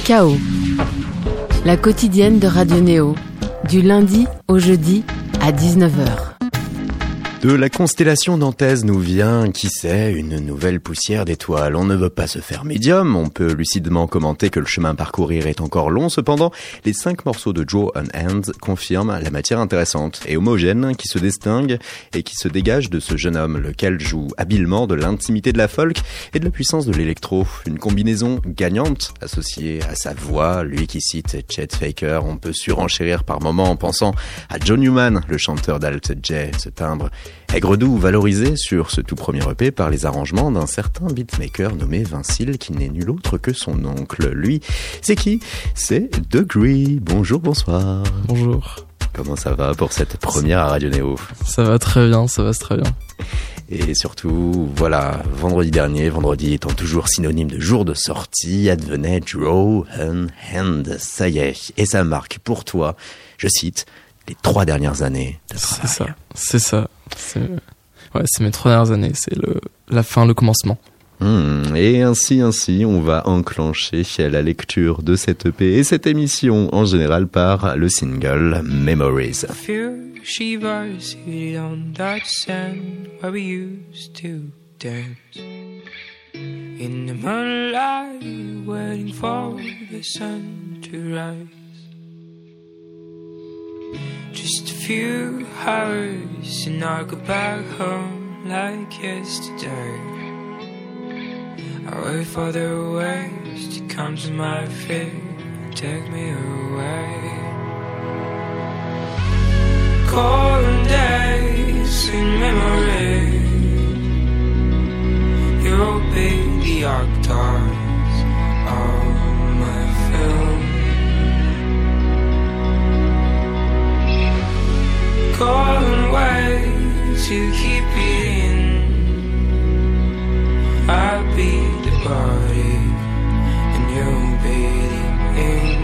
Chaos, la quotidienne de Radio Néo, du lundi au jeudi à 19h. De la constellation nantaise nous vient, qui sait, une nouvelle poussière d'étoiles. On ne veut pas se faire médium, on peut lucidement commenter que le chemin à parcourir est encore long. Cependant, les 5 morceaux de Joe on Hand confirment la matière intéressante et homogène qui se distingue et qui se dégage de ce jeune homme, lequel joue habilement de l'intimité de la folk et de la puissance de l'électro. Une combinaison gagnante associée à sa voix, lui qui cite Chet Faker. On peut surenchérir par moments en pensant à John Newman, le chanteur d'alt J, ce timbre aigre-doux valorisé sur ce tout premier EP par les arrangements d'un certain beatmaker nommé Vincile qui n'est nul autre que son oncle. Lui, c'est qui ? C'est Degree. Bonjour, bonsoir. Bonjour. Comment ça va pour cette première à Radio Néo ? Ça va très bien, ça va très bien. Et surtout, voilà, vendredi étant toujours synonyme de jour de sortie, advenait Joe on Hand. Ça y est, et ça marque pour toi, je cite, les 3 dernières années de travail. C'est ça. C'est mes 3 dernières années, c'est la fin, le commencement. Et ainsi, on va enclencher la lecture de cette EP et cette émission en général par le single Memories. Shivers hit on that sand where we used to dance in the moonlight, waiting for the sun to rise. Just a few hours and I'll go back home like yesterday. I wait for the waves to come to my feet, take me away. Cold days in memory, you'll be the actors of my film. Cold ways to keep it in, I'll be the body and you'll be the ink.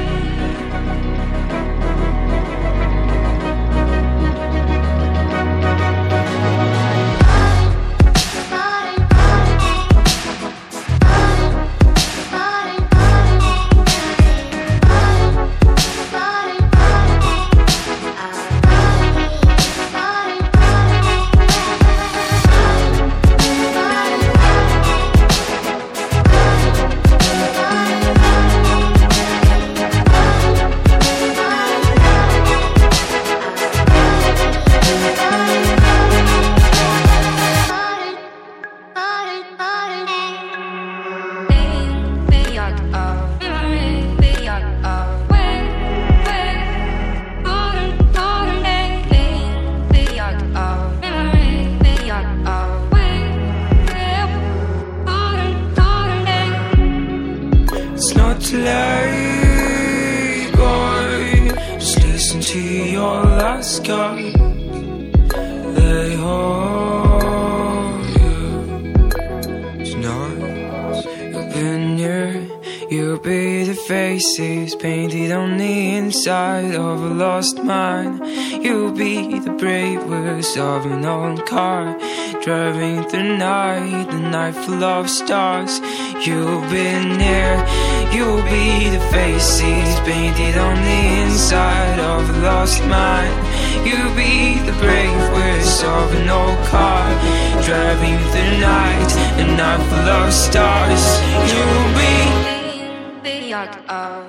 Painted on the inside of a lost mind. You'll be the bravest of an old car, driving through the night full of stars. You'll be near, you'll be the faces painted on the inside of a lost mind. You'll be the bravest of an old car, driving through the night full of stars. You'll be the yacht of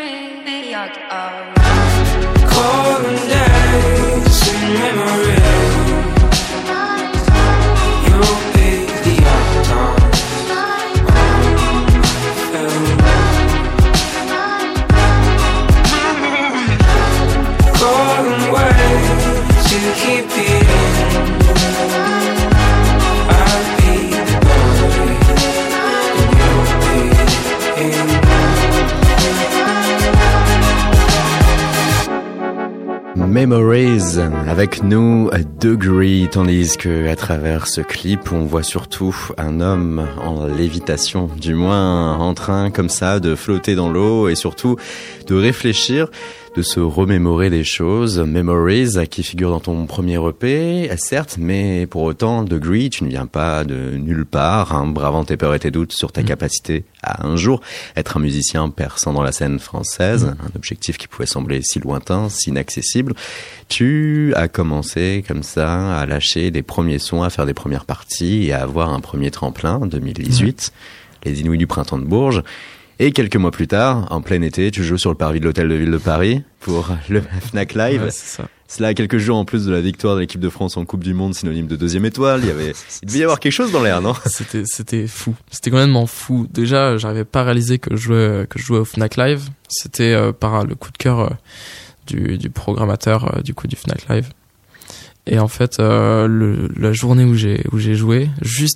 cold days in memory. You'll be the actor of my film. Cold ways to keep it in, I'll be the body and you'll be the ink. Memories avec nous Degree, tandis que à travers ce clip on voit surtout un homme en lévitation, du moins en train comme ça de flotter dans l'eau et surtout de réfléchir de se remémorer des choses. Memories, qui figure dans ton premier EP, certes, mais pour autant, Degree, tu ne viens pas de nulle part, hein, bravant tes peurs et tes doutes sur ta capacité à un jour être un musicien perçant dans la scène française, un objectif qui pouvait sembler si lointain, si inaccessible. Tu as commencé comme ça à lâcher des premiers sons, à faire des premières parties et à avoir un premier tremplin en 2018, les Inouïs du Printemps de Bourges. Et quelques mois plus tard, en plein été, tu joues sur le parvis de l'Hôtel de Ville de Paris pour le Fnac Live. Ouais, c'est ça. Cela à quelques jours en plus de la victoire de l'équipe de France en Coupe du Monde, synonyme de deuxième étoile. Il devait y avoir quelque chose dans l'air, non? C'était fou. C'était complètement fou. Déjà, j'arrivais pas à réaliser que je jouais au Fnac Live. C'était par le coup de cœur du programmateur du Fnac Live. Et en fait, la journée où j'ai joué,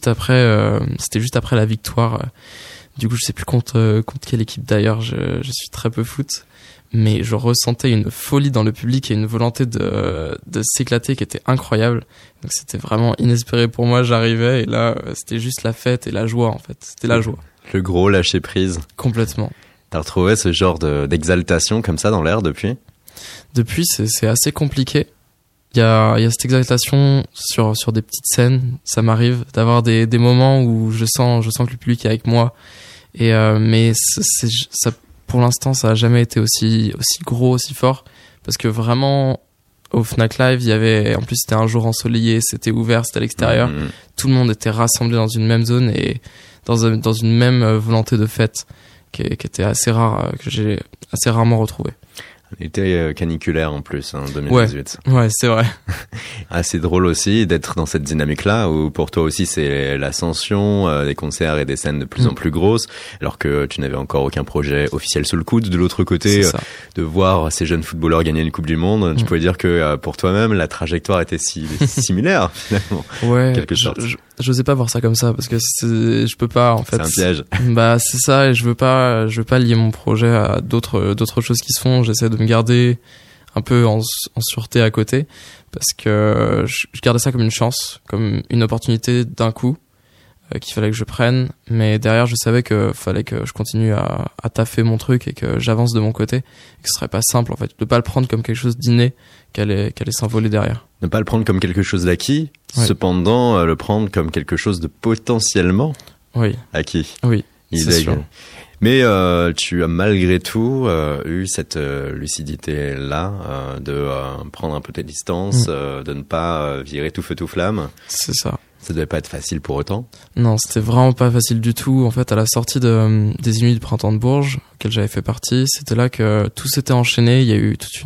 c'était juste après la victoire. Du coup, je sais plus contre quelle équipe d'ailleurs. Je suis très peu foot, mais je ressentais une folie dans le public et une volonté de s'éclater qui était incroyable. Donc c'était vraiment inespéré pour moi. J'arrivais et là, c'était juste la fête et la joie en fait. C'était la joie. Le gros lâcher prise. Complètement. T'as retrouvé ce genre d'exaltation comme ça dans l'air depuis? Depuis, c'est assez compliqué. Il y a cette exaltation sur des petites scènes. Ça m'arrive d'avoir des moments où je sens que le public est avec moi. Et mais ça, pour l'instant, ça a jamais été aussi gros, aussi fort, parce que vraiment au Fnac Live, il y avait, en plus c'était un jour ensoleillé, c'était ouvert, c'était à l'extérieur. Tout le monde était rassemblé dans une même zone et dans une même volonté de fête qui était assez rare, que j'ai assez rarement retrouvé. Un été caniculaire en plus, 2018. Ouais, c'est vrai. Assez drôle aussi d'être dans cette dynamique-là où pour toi aussi c'est l'ascension des concerts et des scènes de plus en plus grosses, alors que tu n'avais encore aucun projet officiel sous le coude. De l'autre côté, de voir ces jeunes footballeurs gagner une Coupe du Monde, tu pouvais dire que pour toi-même la trajectoire était similaire finalement. Ouais. Quelque sorte. J'osais pas voir ça comme ça parce que je peux pas en fait. C'est un piège. Bah c'est ça, et je veux pas lier mon projet à d'autres choses qui se font. J'essaie de me garder un peu en sûreté à côté parce que je gardais ça comme une chance, comme une opportunité d'un coup qu'il fallait que je prenne, mais derrière je savais que fallait que je continue à taffer mon truc et que j'avance de mon côté, et que ce serait pas simple en fait de pas le prendre comme quelque chose d'inné qu'elle allait s'envoler derrière. Ne pas le prendre comme quelque chose d'acquis, cependant le prendre comme quelque chose de potentiellement acquis. Oui, c'est sûr. Mais tu as malgré tout eu cette lucidité-là de prendre un peu tes distances, de ne pas virer tout feu tout flamme. C'est ça. Ça devait pas être facile pour autant. Non, c'était vraiment pas facile du tout. En fait, à la sortie des Inouïs du Printemps de Bourges, auquel j'avais fait partie, c'était là que tout s'était enchaîné. Il y a eu toute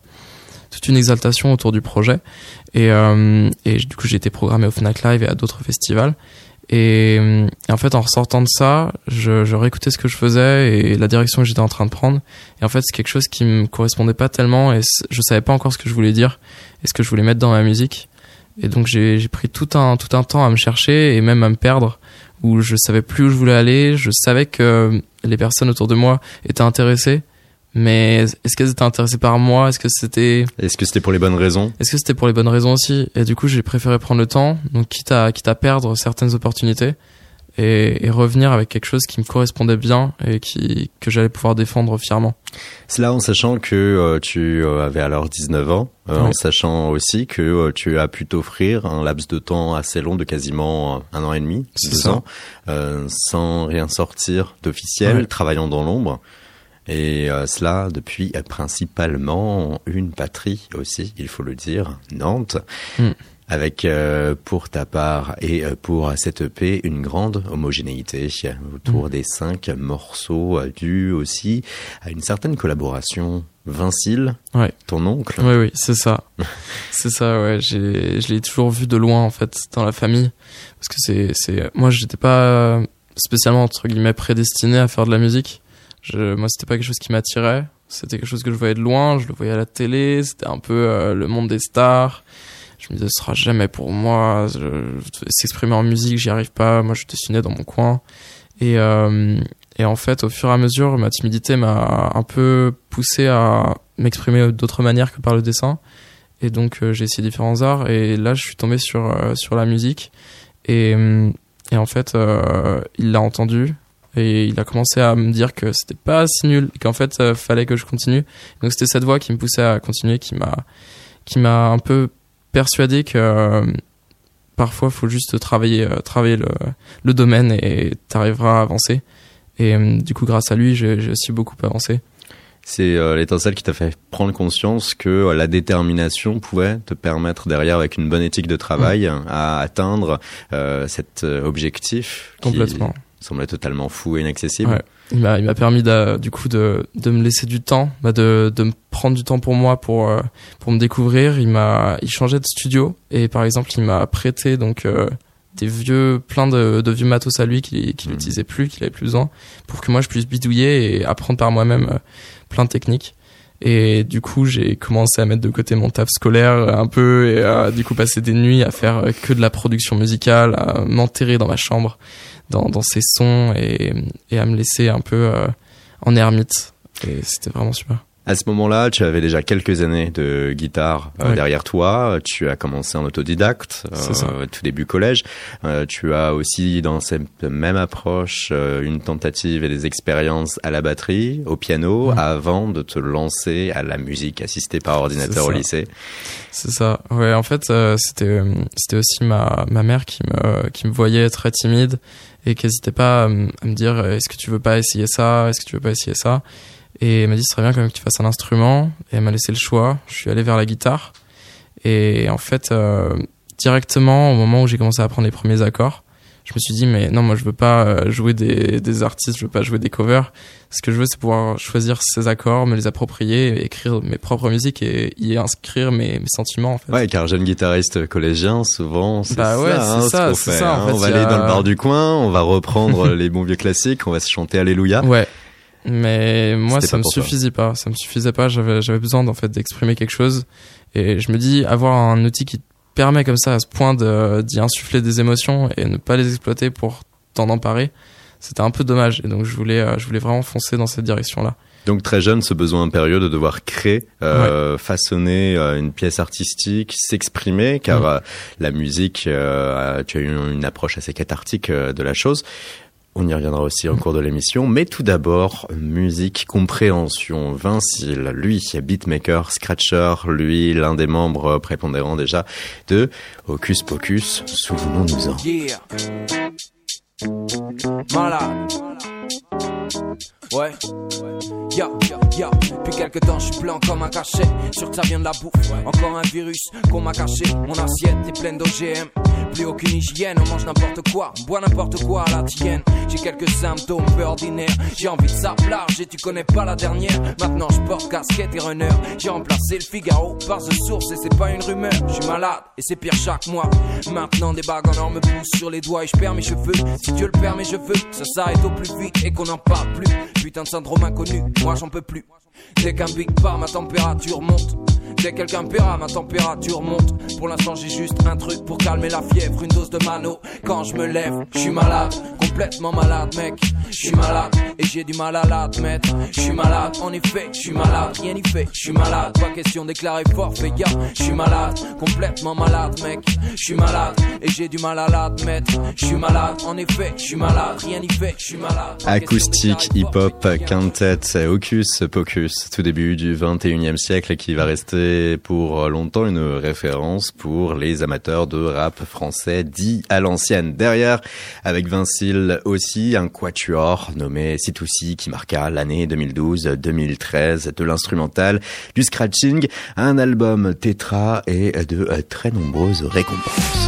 une exaltation autour du projet. Et du coup, j'ai été programmé au Fnac Live et à d'autres festivals. Et en fait, en ressortant de ça, je réécoutais ce que je faisais et la direction que j'étais en train de prendre. Et en fait, c'est quelque chose qui me correspondait pas tellement et je savais pas encore ce que je voulais dire et ce que je voulais mettre dans ma musique. Et donc, j'ai pris tout un temps à me chercher et même à me perdre, où je savais plus où je voulais aller. Je savais que les personnes autour de moi étaient intéressées. Mais est-ce qu'elles étaient intéressées par moi? Est-ce que c'était pour les bonnes raisons? Est-ce que c'était pour les bonnes raisons aussi? Et du coup, j'ai préféré prendre le temps, donc quitte à perdre certaines opportunités et revenir avec quelque chose qui me correspondait bien et que j'allais pouvoir défendre fièrement. Cela en sachant que tu avais alors 19 ans, en sachant aussi que tu as pu t'offrir un laps de temps assez long de quasiment 1 an et demi, 2 ans, sans rien sortir d'officiel, travaillant dans l'ombre. Et cela depuis principalement une patrie aussi, il faut le dire, Nantes, avec pour ta part et pour cette EP une grande homogénéité autour des 5 morceaux dus aussi à une certaine collaboration. Vincile, ton oncle. Oui, c'est ça. C'est ça, ouais. Je l'ai toujours vu de loin en fait dans la famille, parce que moi j'étais pas spécialement entre guillemets prédestiné à faire de la musique. Moi, c'était pas quelque chose qui m'attirait. C'était quelque chose que je voyais de loin. Je le voyais à la télé. C'était un peu le monde des stars. Je me disais, ce sera jamais pour moi. S'exprimer en musique, j'y arrive pas. Moi, je dessinais dans mon coin. Et en fait, au fur et à mesure, ma timidité m'a un peu poussé à m'exprimer d'autres manières que par le dessin. Et donc, j'ai essayé différents arts. Et là, je suis tombé sur la musique. Et en fait, il l'a entendu. et il a commencé à me dire que c'était pas si nul et qu'en fait fallait que je continue. Donc c'était cette voix qui me poussait à continuer, qui m'a un peu persuadé que parfois faut juste travailler le domaine et t'arriveras à avancer. Et du coup grâce à lui j'ai aussi beaucoup avancé. C'est l'étincelle qui t'a fait prendre conscience que la détermination pouvait te permettre derrière, avec une bonne éthique de travail, à atteindre cet objectif complètement. Qui semblait totalement fou et inaccessible. Ouais. Il m'a permis du coup de me laisser du temps, de me prendre du temps pour moi pour me découvrir. Il changeait de studio et par exemple il m'a prêté donc plein de vieux matos à lui qu'il n'utilisait plus, qu'il avait plus besoin, pour que moi je puisse bidouiller et apprendre par moi-même plein de techniques. Et du coup j'ai commencé à mettre de côté mon taf scolaire un peu et à du coup passer des nuits à faire que de la production musicale, à m'enterrer dans ma chambre dans ces sons et à me laisser un peu en ermite, et c'était vraiment super. À ce moment-là, tu avais déjà quelques années de guitare derrière toi. Tu as commencé en autodidacte, tout début collège. Tu as aussi, dans cette même approche, une tentative et des expériences à la batterie, au piano, avant de te lancer à la musique assistée par ordinateur au lycée. C'est ça. Ouais, en fait, c'était aussi ma mère qui me voyait très timide et qui n'hésitait pas à me dire est-ce que tu veux pas essayer ça, est-ce que tu veux pas essayer ça. Et elle m'a dit ce serait bien quand même que tu fasses un instrument, et elle m'a laissé le choix. Je suis allé vers la guitare et en fait directement au moment où j'ai commencé à apprendre les premiers accords, je me suis dit mais non, moi je veux pas jouer des artistes, je veux pas jouer des covers. Ce que je veux c'est pouvoir choisir ces accords, me les approprier, écrire mes propres musiques et y inscrire mes sentiments en fait. Ouais, car jeune guitariste collégien souvent c'est ça, c'est ça, en fait, on va aller dans le bar du coin, on va reprendre les bons vieux classiques, on va se chanter Alléluia. Ouais. Mais moi ça me suffisait pas, j'avais besoin en fait d'exprimer quelque chose, et je me dis avoir un outil qui te permet comme ça à ce point d'y insuffler des émotions et ne pas les exploiter pour t'en emparer, c'était un peu dommage, et donc je voulais vraiment foncer dans cette direction-là. Donc très jeune, ce besoin impérieux de devoir créer, façonner une pièce artistique, s'exprimer, car la musique, tu as eu une approche assez cathartique de la chose. On y reviendra aussi en cours de l'émission, mais tout d'abord, musique, compréhension. Vincile, lui, beatmaker, scratcher, lui, l'un des membres prépondérants déjà de Hocus Pocus, souvenons-nous-en. Yeah. Malade. Ouais. Ya, depuis quelque temps je suis blanc comme un cachet. Sûr que ça vient de la bouffe, encore un virus qu'on m'a caché. Mon assiette est pleine d'OGM, plus aucune hygiène. On mange n'importe quoi, on boit n'importe quoi à la tienne. J'ai quelques symptômes peu ordinaires, j'ai envie de sape large et tu connais pas la dernière. Maintenant je porte casquette et runner, j'ai remplacé le Figaro par The Source et c'est pas une rumeur. Je suis malade et c'est pire chaque mois. Maintenant des bagues en or me poussent sur les doigts et je perds mes cheveux. Si Dieu le permet je veux que ça s'arrête au plus vite et qu'on n'en parle plus. Putain de syndrome inconnu, moi j'en peux plus. Dès qu'un big part, ma température monte. Dès que quelqu'un paiera, ma température monte. Pour l'instant j'ai juste un truc pour calmer la fièvre, une dose de mano. Quand je me lève, je suis malade, complètement malade mec. Je suis malade et j'ai du mal à l'admettre. Je suis malade, en effet, je suis malade, rien n'y fait. Je suis malade, pas question d'éclairer forfait, ya. Je suis malade, complètement malade mec. Je suis malade et j'ai du mal à l'admettre. Je suis malade, en effet, je suis malade, rien n'y fait. Je suis malade. Acoustique, hip-hop, quintet, Hocus Pocus, tout début du 21e siècle, qui va rester pour longtemps une référence pour les amateurs de rap français dit à l'ancienne. Derrière, avec Vincile aussi, un quatuor nommé C2C qui marqua l'année 2012-2013, de l'instrumental, du scratching, un album tétra et de très nombreuses récompenses.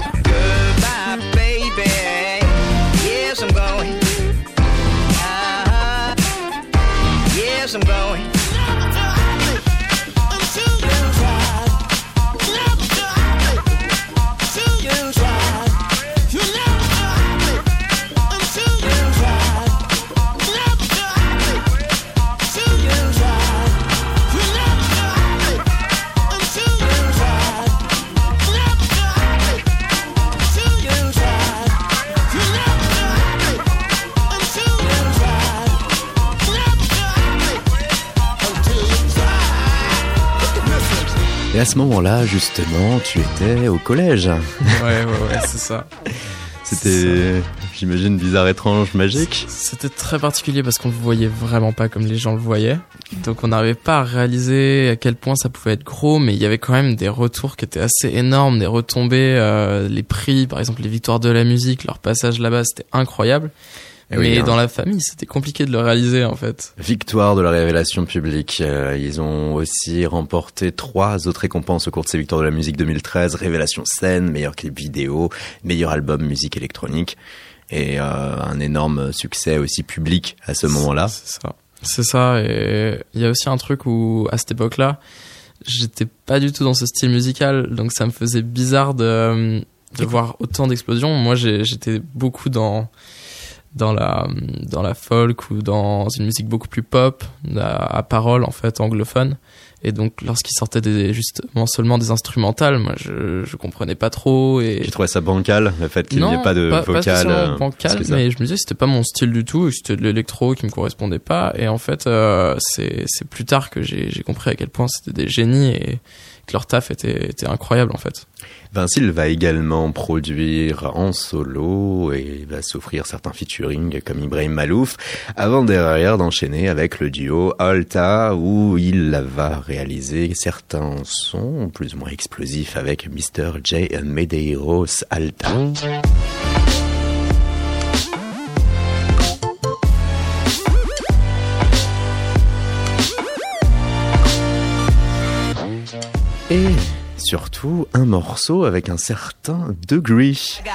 Et à ce moment-là, justement, tu étais au collège. Ouais, c'est ça. C'était j'imagine bizarre, étrange, magique. C'était très particulier parce qu'on le voyait vraiment pas comme les gens le voyaient. Donc on n'arrivait pas à réaliser à quel point ça pouvait être gros, mais il y avait quand même des retours qui étaient assez énormes, des retombées, les prix, par exemple les victoires de la musique, leur passage là-bas, c'était incroyable. Mais dans la famille, c'était compliqué de le réaliser en fait. Victoire de la révélation publique. Ils ont aussi remporté 3 autres récompenses au cours de ces victoires de la musique 2013. Révélation scène, meilleur clip vidéo, meilleur album musique électronique. Et un énorme succès aussi public à ce moment-là. C'est ça. Et il y a aussi un truc où, à cette époque-là, j'étais pas du tout dans ce style musical. Donc ça me faisait bizarre de voir autant d'explosions. Moi, j'étais beaucoup dans la folk ou dans une musique beaucoup plus pop, à paroles en fait anglophone. Et donc lorsqu'il sortait justement seulement des instrumentales, moi je comprenais pas trop. Et tu trouvais ça bancal, le fait qu'il n'y ait pas de vocal? Pas bancal, mais je me disais que c'était pas mon style du tout, et c'était de l'électro qui me correspondait pas. Et en fait c'est plus tard que j'ai compris à quel point c'était des génies et que leur taf était incroyable en fait. Vincile va également produire en solo et va s'offrir certains featuring comme Ibrahim Malouf avant derrière d'enchaîner avec le duo Alta où il va réaliser certains sons plus ou moins explosifs avec Mr. J. Medeiros Alta. Et surtout un morceau avec un certain degré.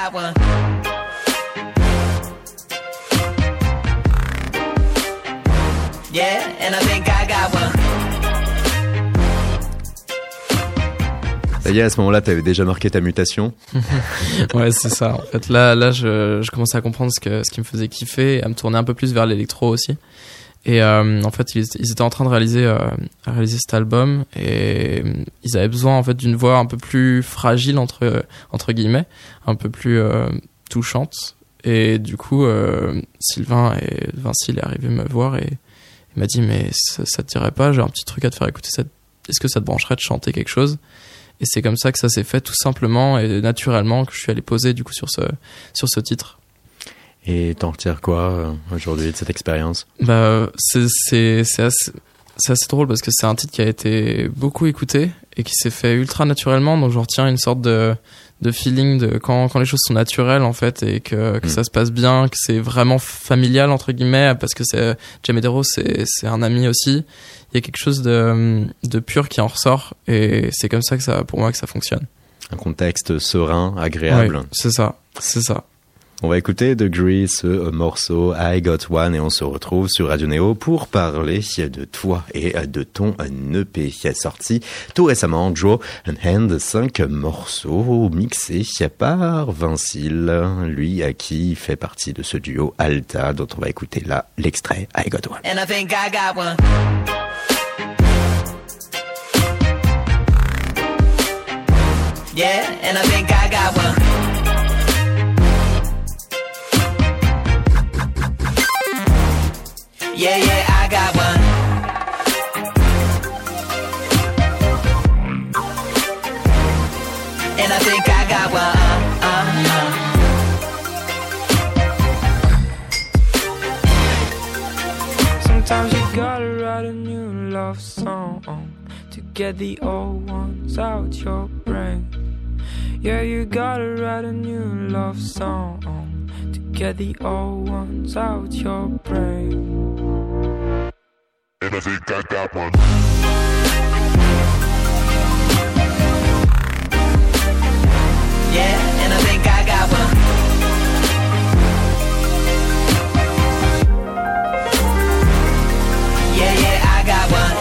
Ça y est, à ce moment-là, t'avais déjà marqué ta mutation. Ouais, c'est ça. En fait, là, je commençais à comprendre ce qui me faisait kiffer, et à me tourner un peu plus vers l'électro aussi. Et en fait, ils étaient en train de réaliser cet album et ils avaient besoin en fait d'une voix un peu plus fragile entre guillemets, un peu plus touchante. Et du coup, Sylvain et Vincile est arrivé me voir et il m'a dit mais ça te dirait pas, j'ai un petit truc à te faire écouter, est-ce que ça te brancherait de chanter quelque chose? Et c'est comme ça que ça s'est fait tout simplement et naturellement que je suis allé poser du coup sur ce titre. Et t'en retires quoi aujourd'hui de cette expérience? C'est assez drôle parce que c'est un titre qui a été beaucoup écouté et qui s'est fait ultra naturellement, donc je retiens une sorte de feeling de quand les choses sont naturelles en fait et que ça se passe bien, que c'est vraiment familial entre guillemets parce que J. Medeiros c'est un ami aussi. Il y a quelque chose de pur qui en ressort et c'est comme ça que pour moi que ça fonctionne. Un contexte serein, agréable. Ouais, c'est ça. On va écouter Degree, ce morceau I Got One, et on se retrouve sur Radio Néo pour parler de toi et de ton EP qui est sorti tout récemment, Draw and Hand, 5 morceaux mixés par Vincile, lui qui fait partie de ce duo Alta dont on va écouter là l'extrait I Got One. And I think I got one. Yeah, and I think I got one. Yeah, I got one. And I think I got one. Sometimes you gotta write a new love song to get the old ones out your brain. Yeah, you gotta write a new love song to get the old ones out your brain. And I think I got one. Yeah, and I think I got one. Yeah, I got one.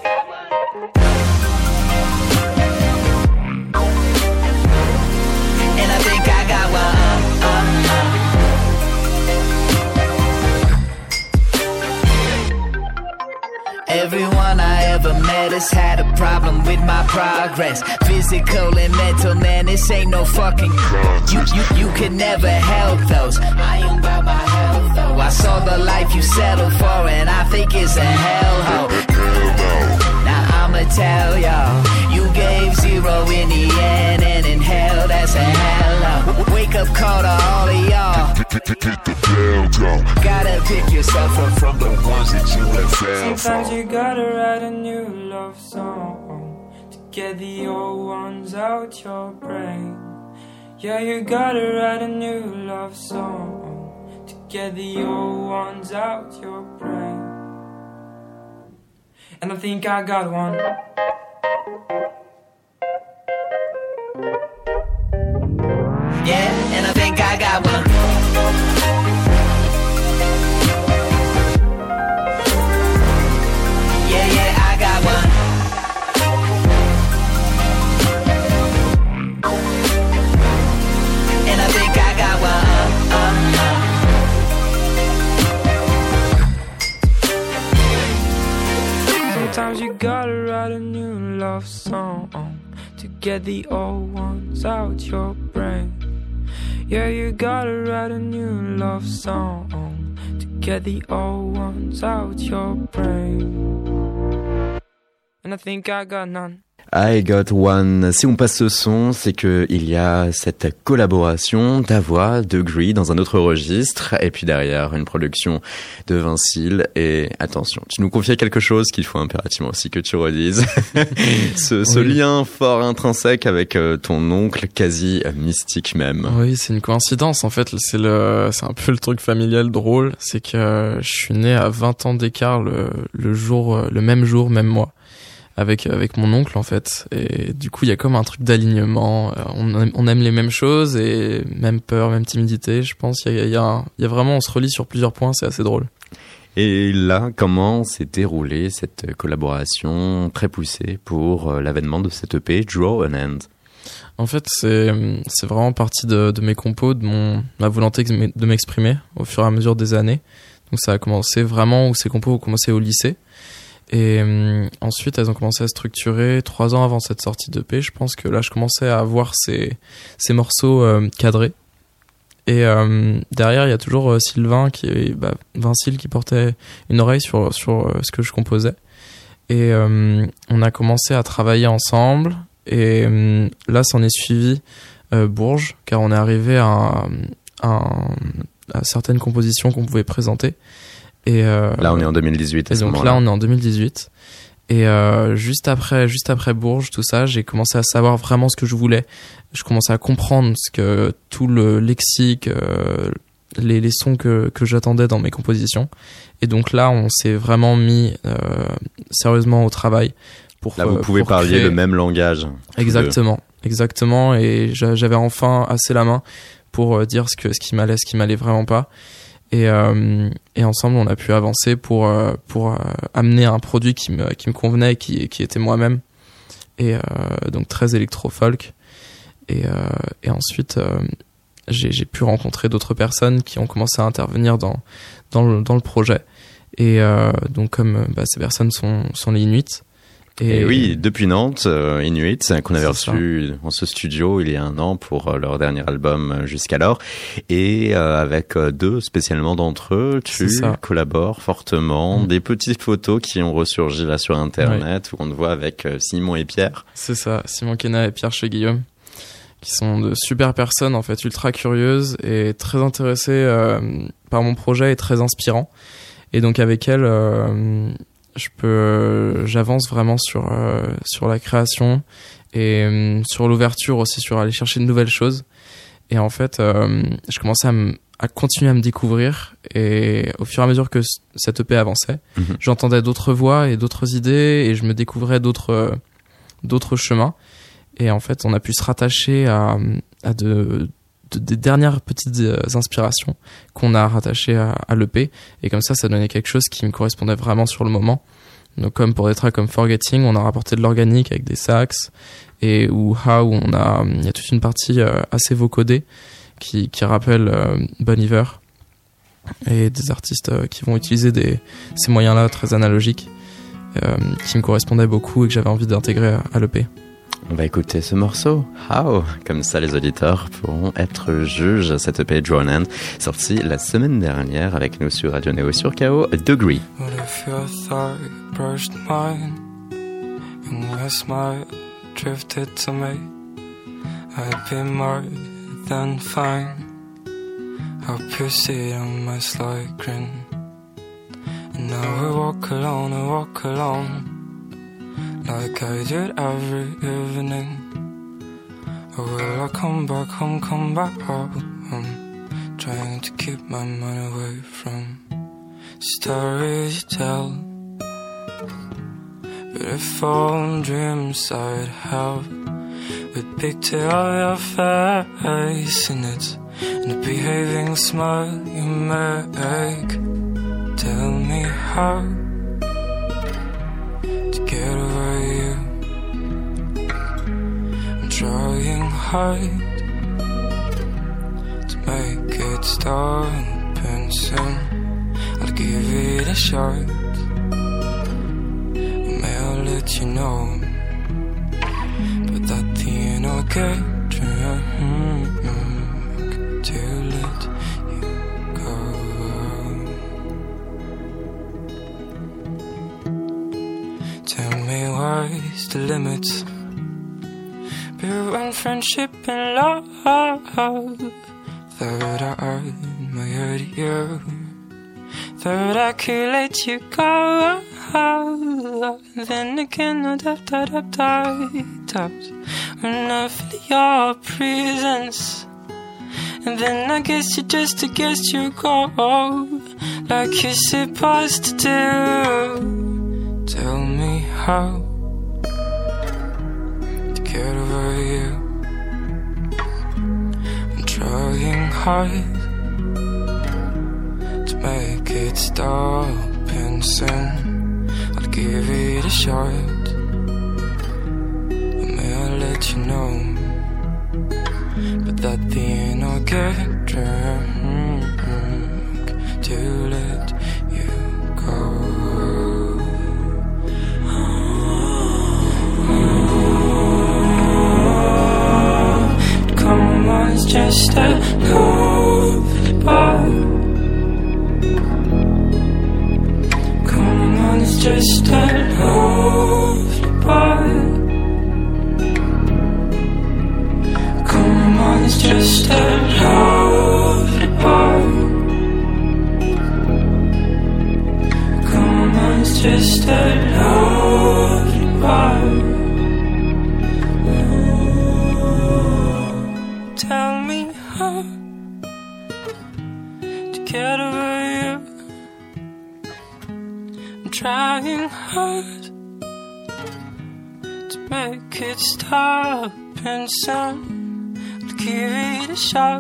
And I think I got one. Everyone I ever met has had a problem with my progress. Physical and mental, man, this ain't no fucking You can never help those. I ain't about my health though. I saw the life you settled for and I think it's a hellhole. Now I'ma tell y'all, you gave 0 in the end and in hell that's a hello. Wake up call to all of y'all. hit the bell, go. Gotta pick yourself up from the ones that you have found. Sometimes you gotta write a new love song to get the old ones out your brain. Yeah, you gotta write a new love song to get the old ones out your brain. And I think I got one. Yeah, and I think I got one. Yeah, yeah, I got one. And I think I got one. Sometimes you gotta write a new love song to get the old ones out your brain. Yeah, you gotta write a new love song to get the old ones out your brain. And I think I got none. I Got One. Si on passe ce son, c'est que il y a cette collaboration, ta voix, de Gree dans un autre registre, et puis derrière une production de Vincile. Et attention, tu nous confiais quelque chose qu'il faut impérativement aussi que tu redises. ce oui. Lien fort intrinsèque avec ton oncle, quasi mystique même. Oui, c'est une coïncidence en fait. C'est un peu le truc familial drôle, c'est que je suis né à 20 ans d'écart le même jour, même mois. Avec mon oncle en fait, et du coup il y a comme un truc d'alignement, on aime les mêmes choses et même peur, même timidité, je pense il y a vraiment, on se relie sur plusieurs points, c'est assez drôle. Et là, comment s'est déroulée cette collaboration très poussée pour l'avènement de cette EP Draw an End? En fait, c'est vraiment partie de mes compos, de ma volonté de m'exprimer au fur et à mesure des années. Donc ça a commencé vraiment, où ces compos ont commencé au lycée. Et ensuite, elles ont commencé à structurer 3 ans avant cette sortie d'EP. Je pense que là, je commençais à avoir ces morceaux cadrés. Et derrière, il y a toujours Sylvain, Vincile, qui portait une oreille sur ce que je composais. Et on a commencé à travailler ensemble. Et là, s'en est suivi Bourges, car on est arrivé à certaines compositions qu'on pouvait présenter. Et là, on est en 2018. Et donc là, on est en 2018. Et juste après Bourges, tout ça, j'ai commencé à savoir vraiment ce que je voulais. Je commençais à comprendre tout le lexique, les sons que j'attendais dans mes compositions. Et donc là, on s'est vraiment mis sérieusement au travail. Là, vous pouvez parler créer le même langage. Exactement. Et j'avais enfin assez la main pour dire ce qui m'allait vraiment pas. Et ensemble on a pu avancer pour amener un produit qui me convenait et qui était moi-même, et donc très électro-folk, et ensuite j'ai pu rencontrer d'autres personnes qui ont commencé à intervenir dans le projet, et donc comme ces personnes sont les Inuits. Et oui, depuis Nantes, Inuit, qu'on avait reçu dans ce studio il y a 1 an pour leur dernier album jusqu'alors. Et avec 2 spécialement d'entre eux, tu collabores fortement. Des petites photos qui ont ressurgi là sur Internet, où on te voit avec Simon et Pierre. C'est ça, Simon Kenna et Pierre Cheguillaume, qui sont de super personnes, en fait, ultra curieuses et très intéressées par mon projet et très inspirants. Et donc avec elles... j'avance vraiment sur la création et sur l'ouverture aussi, sur aller chercher de nouvelles choses. Et en fait, je commençais à continuer à me découvrir, et au fur et à mesure que cette EP avançait, j'entendais d'autres voix et d'autres idées, et je me découvrais d'autres chemins. Et en fait, on a pu se rattacher à des dernières petites inspirations qu'on a rattachées à l'EP, et comme ça donnait quelque chose qui me correspondait vraiment sur le moment. Donc comme pour des tracks comme Forgetting, on a rapporté de l'organique avec des sax, et ou How, il y a toute une partie assez vocodée qui rappelle Bon Iver, et des artistes qui vont utiliser ces moyens-là très analogiques, qui me correspondaient beaucoup et que j'avais envie d'intégrer à l'EP. On va écouter ce morceau, How, comme ça les auditeurs pourront être juges. Cette EP Draw an End, sortie la semaine dernière avec nous sur Radio Néo sur KO, Degree. What if your thought brushed mine and your smile drifted to me? I'd be more than fine. Help you see on my slight grin. And now I walk alone, like I did every evening. Or will I come back home, trying to keep my mind away from stories you tell. But if all dreams I'd have would picture your face in it, and the behaving smile you make, tell me how to get over you. I'm trying hard to make it stop, and soon I'll give it a shot. May I let you know, but at the end I'll get drunk to let you go. Tell me why's the limit between friendship and love? Thought I might hurt you, thought I could let you go. Then again I tapped when I feel your presence. And then I guess you just you go like you're supposed to do. Tell me how to get over you. I'm trying hard to make it stop, and soon I'll give it a shot. But may I let you know, but at the end I'll get drunk to let you go. Come on, it's just a lovely bar. Come on, it's just a lovely bar. It's just a lovely bar. Come on, it's just a lovely bar. Tell me how to get over you. I'm trying hard to make it stop, and some give it a shot.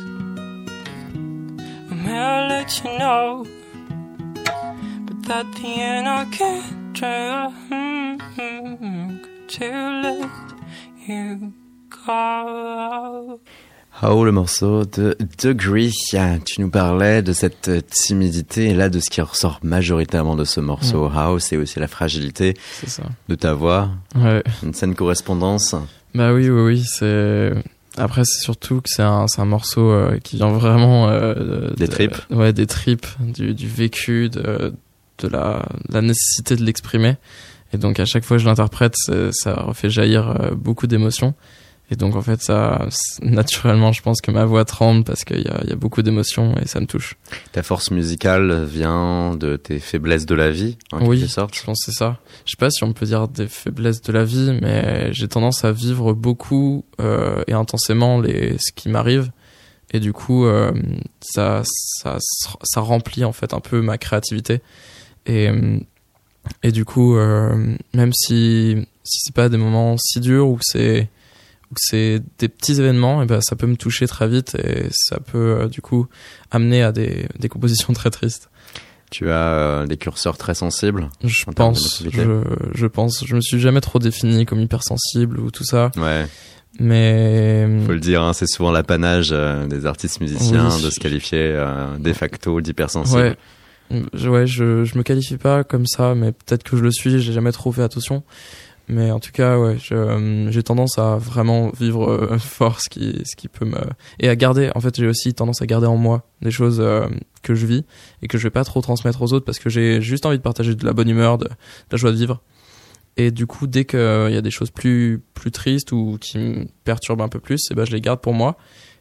May I let you know, but at the end I'll get drunk to let you go. How, le morceau de Degree. Tu nous parlais de cette timidité et là de ce qui ressort majoritairement de ce morceau. How, c'est aussi la fragilité de ta voix. Ouais. Une saine correspondance. Bah oui, c'est... Après, c'est surtout que c'est un morceau qui vient vraiment des tripes. Ouais, des tripes, du vécu, de la nécessité de l'exprimer. Et donc, à chaque fois que je l'interprète, ça refait jaillir beaucoup d'émotions. Et donc, en fait, ça, naturellement, je pense que ma voix tremble parce qu'il y a beaucoup d'émotions et ça me touche. Ta force musicale vient de tes faiblesses de la vie, en quelque sorte. Je pense que c'est ça. Je sais pas si on peut dire des faiblesses de la vie, mais j'ai tendance à vivre beaucoup et intensément ce qui m'arrive. Et du coup, ça remplit en fait un peu ma créativité. Et du coup, même si c'est pas des moments si durs ou que c'est des petits événements, et ben ça peut me toucher très vite et ça peut du coup amener à des compositions très tristes. Tu as des curseurs très sensibles. Je pense. Je me suis jamais trop défini comme hypersensible ou tout ça. Ouais. Mais faut le dire, c'est souvent l'apanage des artistes musiciens de se qualifier de facto d'hypersensible. Ouais, je me qualifie pas comme ça, mais peut-être que je le suis. J'ai jamais trop fait attention. Mais en tout cas, ouais, j'ai tendance à vraiment vivre fort ce qui peut et à garder. En fait, j'ai aussi tendance à garder en moi des choses que je vis et que je vais pas trop transmettre aux autres parce que j'ai juste envie de partager de la bonne humeur, de la joie de vivre. Et du coup, dès qu'il y a des choses plus tristes ou qui me perturbent un peu plus, et ben je les garde pour moi.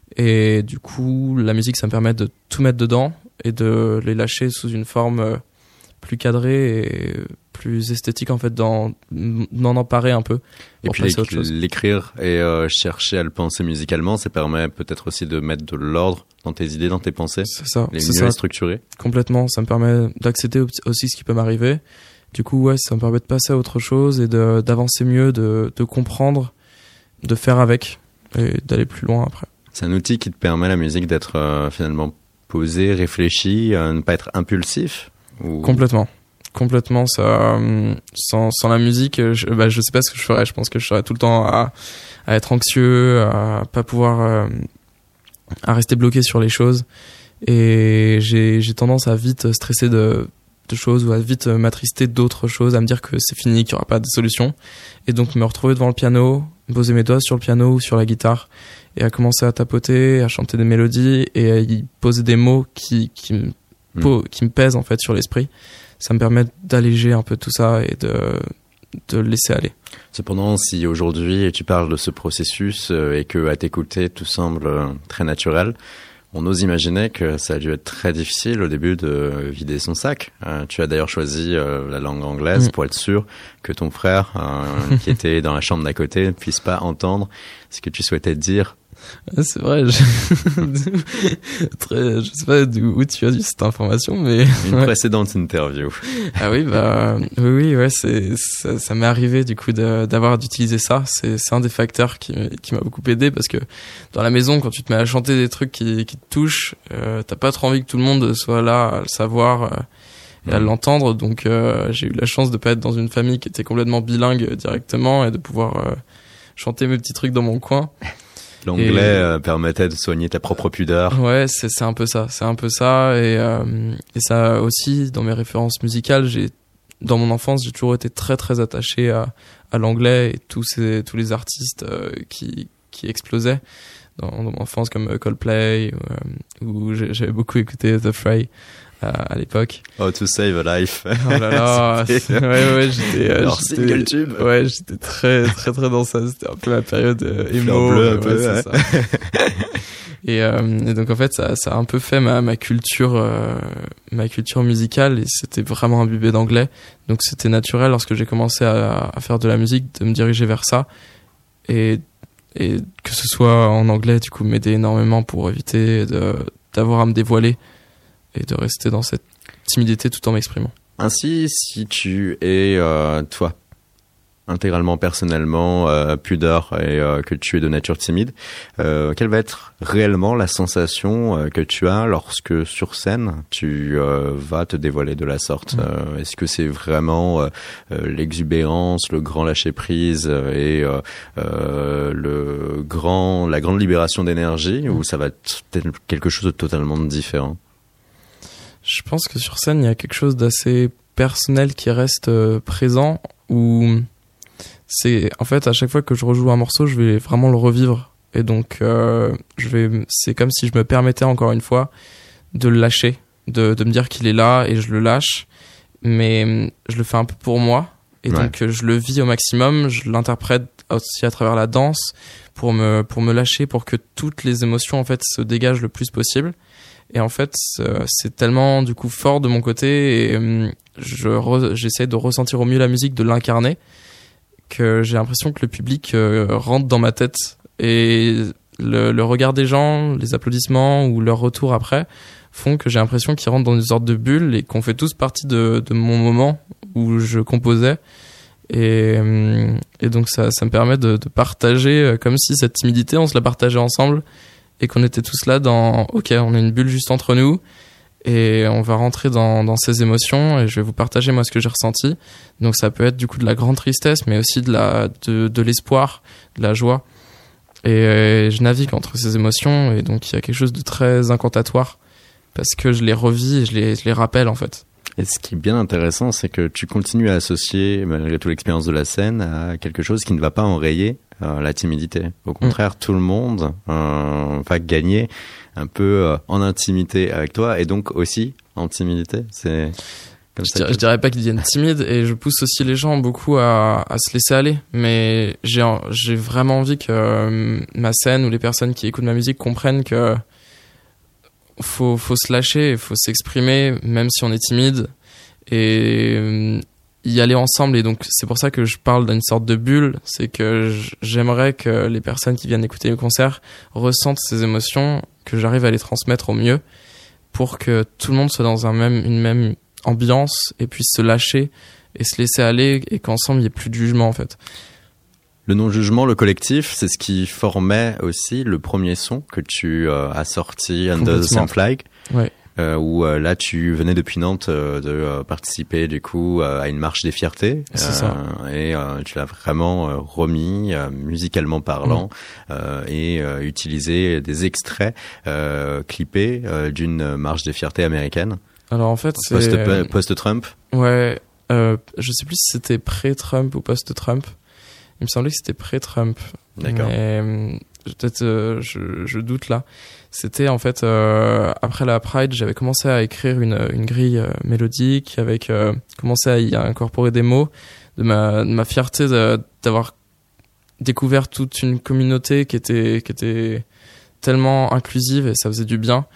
Et du coup, la musique, ça me permet de tout mettre dedans et de les lâcher sous une forme plus cadrée et plus esthétique, en fait, d'en emparer un peu. Et puis l'écrire et chercher à le penser musicalement, ça permet peut-être aussi de mettre de l'ordre dans tes idées, dans tes pensées. C'est ça. Les mieux les structurer. Complètement. Ça me permet d'accéder aussi ce qui peut m'arriver. Du coup, ouais, ça me permet de passer à autre chose et d'avancer mieux, de comprendre, de faire avec et d'aller plus loin après. C'est un outil qui te permet, la musique, d'être finalement posé, réfléchi, ne pas être impulsif ou... Complètement, ça, sans la musique, je sais pas ce que je ferais. Je pense que je serais tout le temps à être anxieux, à pas pouvoir, à rester bloqué sur les choses. Et j'ai tendance à vite stresser de choses ou à vite m'attrister d'autres choses, à me dire que c'est fini, qu'il y aura pas de solution. Et donc me retrouver devant le piano, poser mes doigts sur le piano ou sur la guitare et à commencer à tapoter, à chanter des mélodies et à y poser des mots qui me pèsent en fait sur l'esprit. Ça me permet d'alléger un peu tout ça et de laisser aller. Cependant, si aujourd'hui tu parles de ce processus et que à t'écouter tout semble très naturel, on ose imaginer que ça a dû être très difficile au début de vider son sac. Tu as d'ailleurs choisi la langue anglaise pour être sûr que ton frère, qui était dans la chambre d'à côté, ne puisse pas entendre ce que tu souhaitais dire. C'est vrai, je sais pas d'où tu as eu cette information, mais... Une précédente interview. Ah oui, oui, ça m'est arrivé du coup d'utiliser ça. C'est un des facteurs qui m'a beaucoup aidé parce que dans la maison, quand tu te mets à chanter des trucs qui te touchent, t'as pas trop envie que tout le monde soit là à le savoir et à l'entendre. Donc j'ai eu la chance de pas être dans une famille qui était complètement bilingue directement et de pouvoir chanter mes petits trucs dans mon coin. L'anglais permettait de soigner ta propre pudeur. Ouais, c'est un peu ça. Et ça aussi, dans mes références musicales, dans mon enfance, j'ai toujours été très très attaché à l'anglais et tous les artistes qui explosaient dans mon enfance, comme Coldplay, où j'avais beaucoup écouté The Fray à l'époque. Oh, To Save a Life. Oh là là. ouais, j'étais. Leur single tube. Ouais, j'étais très très très dans ça. C'était un peu ma période emo. Bleu, un peu, c'est ça. Et donc en fait, ça a un peu fait ma culture musicale et c'était vraiment imbibé d'anglais. Donc c'était naturel lorsque j'ai commencé à faire de la musique de me diriger vers ça et que ce soit en anglais, du coup, m'aider énormément pour éviter d'avoir à me dévoiler et de rester dans cette timidité tout en m'exprimant. Ainsi, si tu es, toi, intégralement, personnellement, pudeur et que tu es de nature timide, quelle va être réellement la sensation que tu as lorsque sur scène tu vas te dévoiler de la sorte? Est-ce que c'est vraiment l'exubérance, le grand lâcher prise et la grande libération d'énergie, ou ça va être quelque chose de totalement différent? Je pense que sur scène, il y a quelque chose d'assez personnel qui reste présent, où c'est, en fait, à chaque fois que je rejoue un morceau, je vais vraiment le revivre. Et donc, c'est comme si je me permettais encore une fois de le lâcher, de me dire qu'il est là et je le lâche. Mais je le fais un peu pour moi. Et donc, je le vis au maximum. Je l'interprète aussi à travers la danse pour me lâcher, pour que toutes les émotions, en fait, se dégagent le plus possible. Et en fait, c'est tellement du coup fort de mon côté et j'essaie de ressentir au mieux la musique, de l'incarner, que j'ai l'impression que le public rentre dans ma tête et le regard des gens, les applaudissements ou leur retour après font que j'ai l'impression qu'ils rentrent dans une sorte de bulle et qu'on fait tous partie de mon moment où je composais. Et donc ça me permet de partager comme si cette timidité, on se la partageait ensemble. Et qu'on était tous là ok, on a une bulle juste entre nous et on va rentrer dans ces émotions et je vais vous partager moi ce que j'ai ressenti. Donc ça peut être du coup de la grande tristesse, mais aussi de l'espoir, de la joie. Et je navigue entre ces émotions et donc il y a quelque chose de très incantatoire parce que je les revis et je les rappelle en fait. Et ce qui est bien intéressant, c'est que tu continues à associer, malgré toute l'expérience de la scène, à quelque chose qui ne va pas enrayer la timidité. Au contraire, tout le monde va gagner un peu en intimité avec toi et donc aussi en timidité. Je dirais pas qu'ils deviennent timides, et je pousse aussi les gens beaucoup à se laisser aller. Mais j'ai vraiment envie que ma scène ou les personnes qui écoutent ma musique comprennent que faut se lâcher, il faut s'exprimer, même si on est timide, et y aller ensemble. Et donc c'est pour ça que je parle d'une sorte de bulle. C'est que j'aimerais que les personnes qui viennent écouter mes concerts ressentent ces émotions, que j'arrive à les transmettre au mieux, pour que tout le monde soit dans une même ambiance et puisse se lâcher et se laisser aller, et qu'ensemble il n'y ait plus de jugement en fait. Le non-jugement, le collectif, c'est ce qui formait aussi le premier son que tu as sorti, Under the Same Flag. Ouais. Où là tu venais depuis Nantes de participer du coup à une marche des fiertés. C'est ça. Et tu l'as vraiment remis musicalement parlant et utilisé des extraits clippés d'une marche des fiertés américaine. Alors en fait c'est post-Trump. Ouais, je sais plus si c'était pré-Trump ou post-Trump. Il me semblait que c'était pré-Trump. D'accord. Mais peut-être je doute là. C'était en fait après la Pride, j'avais commencé à écrire une grille mélodique, avec commencé à y incorporer des mots de ma fierté d'avoir découvert toute une communauté qui était tellement inclusive, et ça faisait du bien.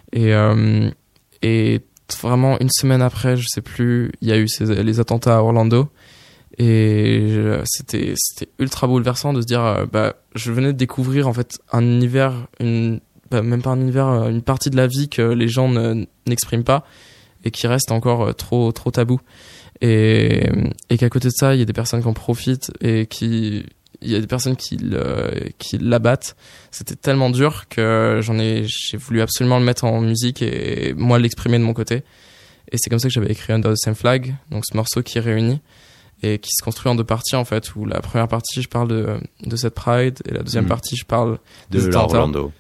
Et vraiment une semaine après, je sais plus, il y a eu les attentats à Orlando. Et c'était ultra bouleversant de se dire je venais de découvrir en fait un univers, même pas un univers, une partie de la vie que les gens n'expriment pas, et qui reste encore trop tabou, et qu'à côté de ça il y a des personnes qui en profitent, et il y a des personnes qui l'abattent. C'était tellement dur que j'ai voulu absolument le mettre en musique et moi l'exprimer de mon côté, et c'est comme ça que j'avais écrit Under the Same Flag, donc ce morceau qui réunit et qui se construit en deux parties en fait, où la première partie je parle de cette Pride, et la deuxième partie je parle de Orlando,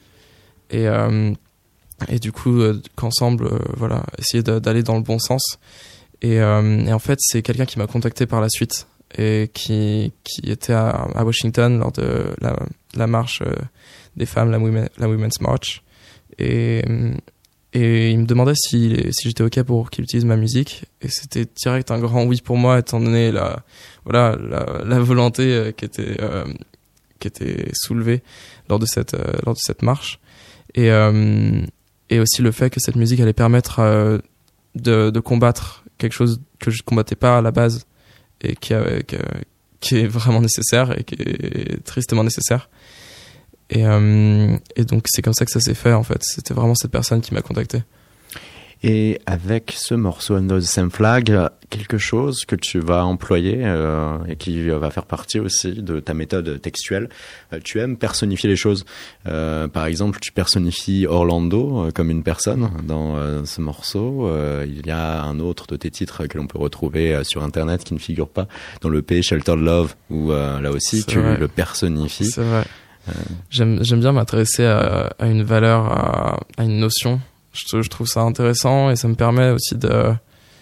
et du coup qu'ensemble voilà, essayer d'aller dans le bon sens, et en fait c'est quelqu'un qui m'a contacté par la suite, et qui était à Washington lors de la marche des femmes, la Women's March, et il me demandait si j'étais ok pour qu'il utilise ma musique, et c'était direct un grand oui pour moi, étant donné la volonté qui était soulevée lors de cette marche, et aussi le fait que cette musique allait permettre de combattre quelque chose que je combattais pas à la base, et qui est vraiment nécessaire, et qui est tristement nécessaire. Et donc c'est comme ça que ça s'est fait en fait. C'était vraiment cette personne qui m'a contacté. Et avec ce morceau Under the Same Flag, quelque chose que tu vas employer et qui va faire partie aussi de ta méthode textuelle. Tu aimes personnifier les choses. Par exemple, tu personnifies Orlando comme une personne dans ce morceau. Il y a un autre de tes titres que l'on peut retrouver sur Internet qui ne figure pas dans l'EP Sheltered Love, où là aussi c'est tu vrai. le personnifies. C'est vrai. J'aime bien m'intéresser à une valeur, à une notion. Je trouve ça intéressant, et ça me permet aussi de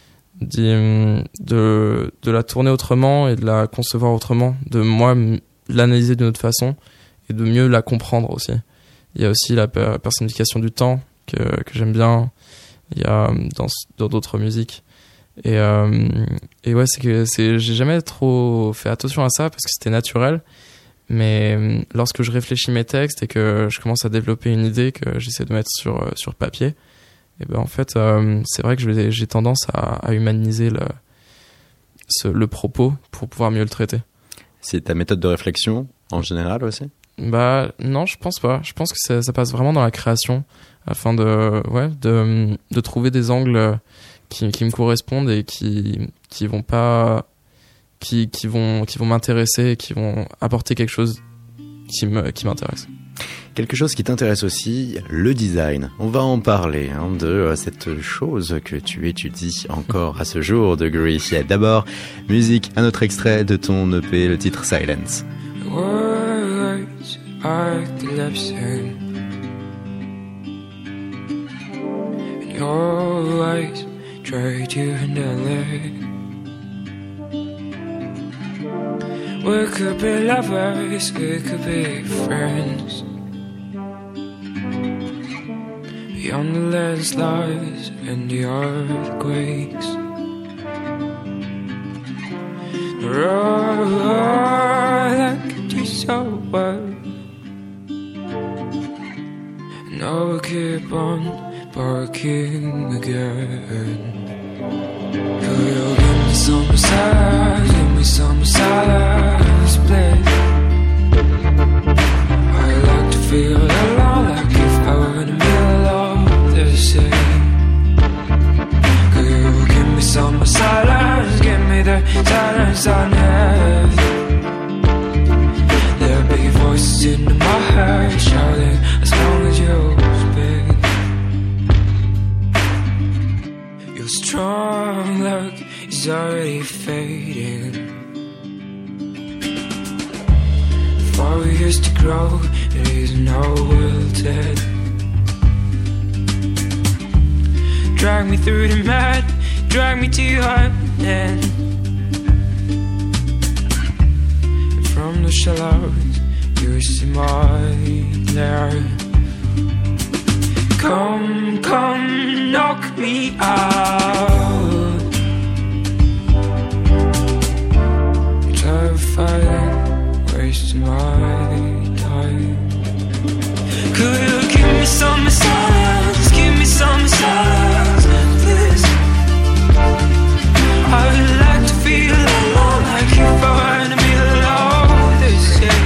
la tourner autrement et de la concevoir autrement, de moi l'analyser d'une autre façon et de mieux la comprendre aussi. Il y a aussi la personnification du temps que j'aime bien. Il y a dans d'autres musiques. Et ouais, j'ai jamais trop fait attention à ça parce que c'était naturel. Mais lorsque je réfléchis mes textes et que je commence à développer une idée que j'essaie de mettre sur papier, et ben en fait, c'est vrai que j'ai tendance à humaniser le propos pour pouvoir mieux le traiter. C'est ta méthode de réflexion en général aussi ? Bah non, je pense pas. Je pense que ça passe vraiment dans la création, afin de trouver des angles qui me correspondent et qui vont pas qui vont m'intéresser et qui vont apporter quelque chose qui m'intéresse. Quelque chose qui t'intéresse aussi, le design. On va en parler de cette chose que tu étudies encore à ce jour de Grease. D'abord, musique, un autre extrait de ton EP, le titre Silence. Words are the lips and your eyes try to handle it. We could be lovers, we could be friends. Beyond the landslides and the earthquakes. that could do so well. And I will keep on barking again. Could you give me some massage, give me some massage, please? I like to feel alone, like if I were in the middle of the sea. Could you give me some silence, give me the silence I need? There'll be voices in my head shouting as long as you speak. Your strong look is already fading. Before we used to grow, there is no wilted. Drag me through the mud, drag me to your end. And from the shallows, you see my lair. Come, come, knock me out. You're terrified, wasting my time. Could you give me some massage, give me some massage, please? I would like to feel alone, like if I were in the middle of the sea.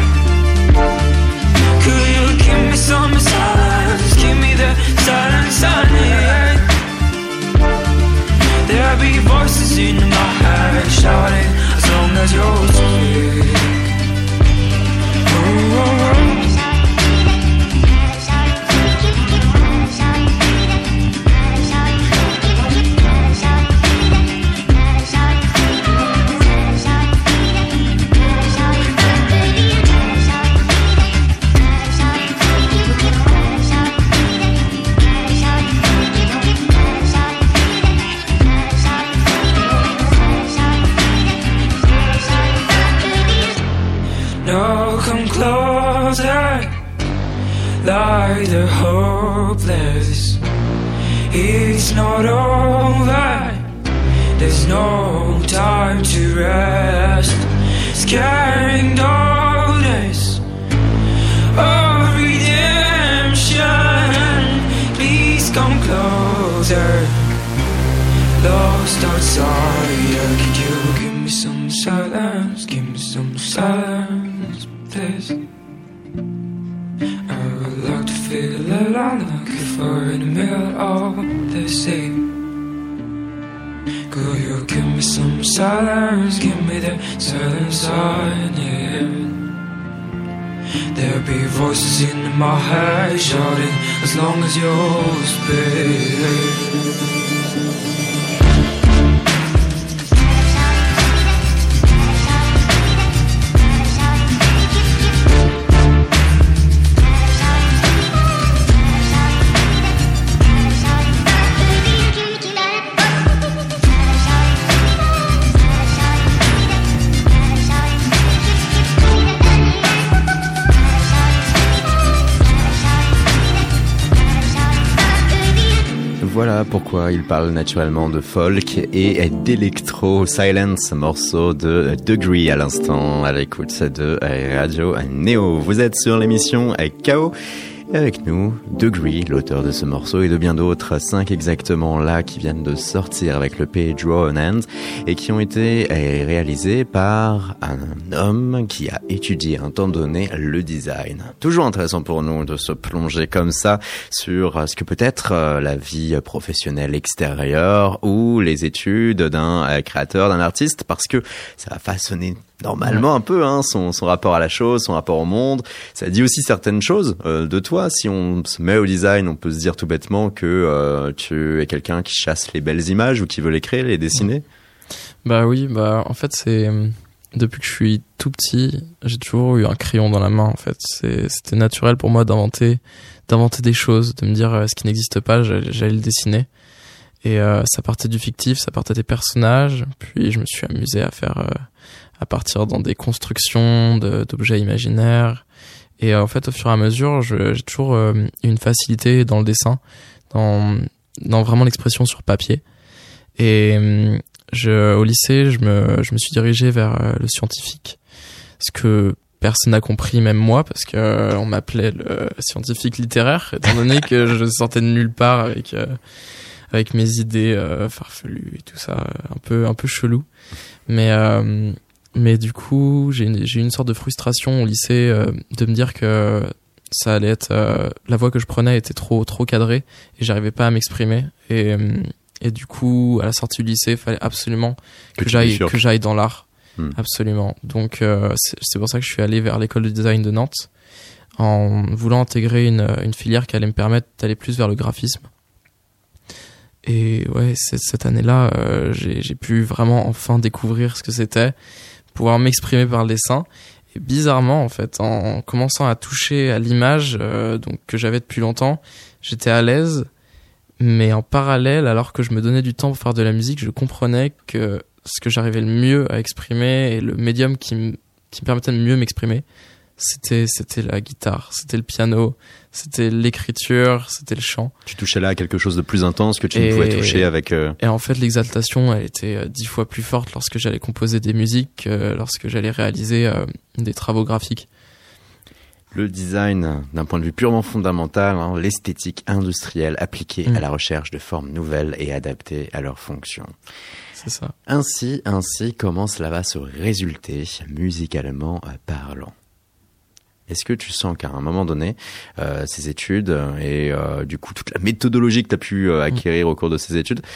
Could you give me some massage, give me the silence I need? There'll be voices in my head shouting as long as you speak. Oh, oh, oh. No, come closer, like the hopeless. It's not over, there's no time to rest. Scaring darkness of redemption. Please come closer. Lost outside, could you give me some silence? Give me some silence, please. I would like to feel alone, like if I were in the middle of the sea. Could you give me some silence? Give me the silence I need. There'll be voices in my head shouting as long as you speak. Voilà pourquoi il parle naturellement de folk et d'électro. Silence, morceau de Degree à l'instant, à l'écoute de Radio Néo. Vous êtes sur l'émission KO. Avec nous, Degree, l'auteur de ce morceau et de bien d'autres, 5 exactement là, qui viennent de sortir avec le EP Draw on Hand et qui ont été réalisés par un homme qui a étudié un temps donné le design. Toujours intéressant pour nous de se plonger comme ça sur ce que peut être la vie professionnelle extérieure ou les études d'un créateur, d'un artiste, parce que ça va façonner normalement un peu son rapport à la chose, son rapport au monde. Ça dit aussi certaines choses de toi. Si on se met au design, on peut se dire tout bêtement que tu es quelqu'un qui chasse les belles images ou qui veut les créer, les dessiner. Bah oui, en fait c'est depuis que je suis tout petit, j'ai toujours eu un crayon dans la main en fait. C'était naturel pour moi d'inventer des choses, de me dire ce qui n'existe pas, j'allais le dessiner. Et ça partait du fictif, ça partait des personnages, puis je me suis amusé à faire à partir dans des constructions d'objets imaginaires. Et en fait, au fur et à mesure, j'ai toujours eu une facilité dans le dessin, dans vraiment l'expression sur papier. Et Au lycée, je me suis dirigé vers le scientifique, ce que personne n'a compris, même moi, parce que on m'appelait le scientifique littéraire, étant donné que je sortais de nulle part avec mes idées farfelues et tout ça, un peu chelou. Mais du coup, j'ai eu une sorte de frustration au lycée de me dire que ça allait être la voie que je prenais était trop cadrée et j'arrivais pas à m'exprimer et du coup, à la sortie du lycée, il fallait absolument que j'aille dans l'art. Absolument. Donc c'est pour ça que je suis allé vers l'école de design de Nantes en voulant intégrer une filière qui allait me permettre d'aller plus vers le graphisme. Et ouais, cette année-là, j'ai pu vraiment enfin découvrir ce que c'était, pouvoir m'exprimer par le dessin. Et bizarrement, en fait, en commençant à toucher à l'image donc que j'avais depuis longtemps, j'étais à l'aise. Mais en parallèle, alors que je me donnais du temps pour faire de la musique, je comprenais que ce que j'arrivais le mieux à exprimer et le médium qui me permettait de mieux m'exprimer, c'était la guitare, c'était le piano, c'était l'écriture, c'était le chant. Tu touchais là à quelque chose de plus intense que tu ne pouvais toucher avec... Et en fait, l'exaltation, elle était 10 fois plus forte lorsque j'allais composer des musiques que lorsque j'allais réaliser des travaux graphiques. Le design, d'un point de vue purement fondamental, l'esthétique industrielle appliquée à la recherche de formes nouvelles et adaptées à leurs fonctions. C'est ça. Ainsi, comment cela va se résulter musicalement parlant? Est-ce que tu sens qu'à un moment donné, ces études et du coup toute la méthodologie que tu as pu acquérir au cours de ces études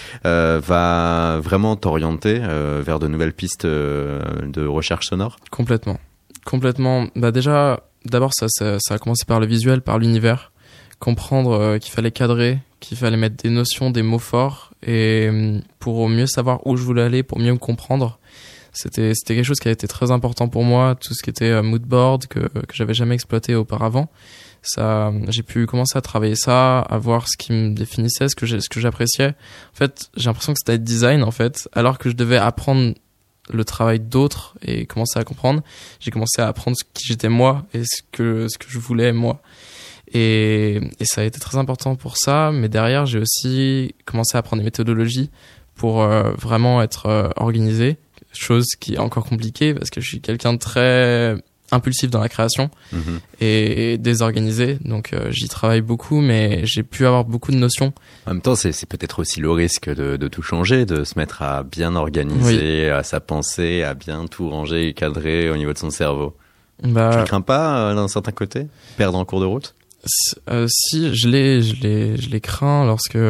va vraiment t'orienter vers de nouvelles pistes de recherche sonore? Complètement. Bah déjà, d'abord ça a commencé par le visuel, par l'univers. Comprendre qu'il fallait cadrer, qu'il fallait mettre des notions, des mots forts, et pour mieux savoir où je voulais aller, pour mieux me comprendre. C'était quelque chose qui a été très important pour moi, tout ce qui était mood board que j'avais jamais exploité auparavant. Ça, j'ai pu commencer à travailler ça, à voir ce qui me définissait, ce que j'appréciais. En fait, j'ai l'impression que c'était design en fait, alors que je devais apprendre le travail d'autres et commencer à comprendre. J'ai commencé à apprendre qui j'étais moi et ce que je voulais moi. Et ça a été très important pour ça, mais derrière j'ai aussi commencé à apprendre des méthodologies pour vraiment être organisé, chose qui est encore compliquée parce que je suis quelqu'un de très impulsif dans la création et désorganisé, donc j'y travaille beaucoup, mais j'ai pu avoir beaucoup de notions. En même temps, c'est peut-être aussi le risque de tout changer, de se mettre à bien organiser, à sa pensée, à bien tout ranger et cadrer au niveau de son cerveau. Tu ne crains pas d'un certain côté, perdre en cours de route? Si, je l'ai craint lorsque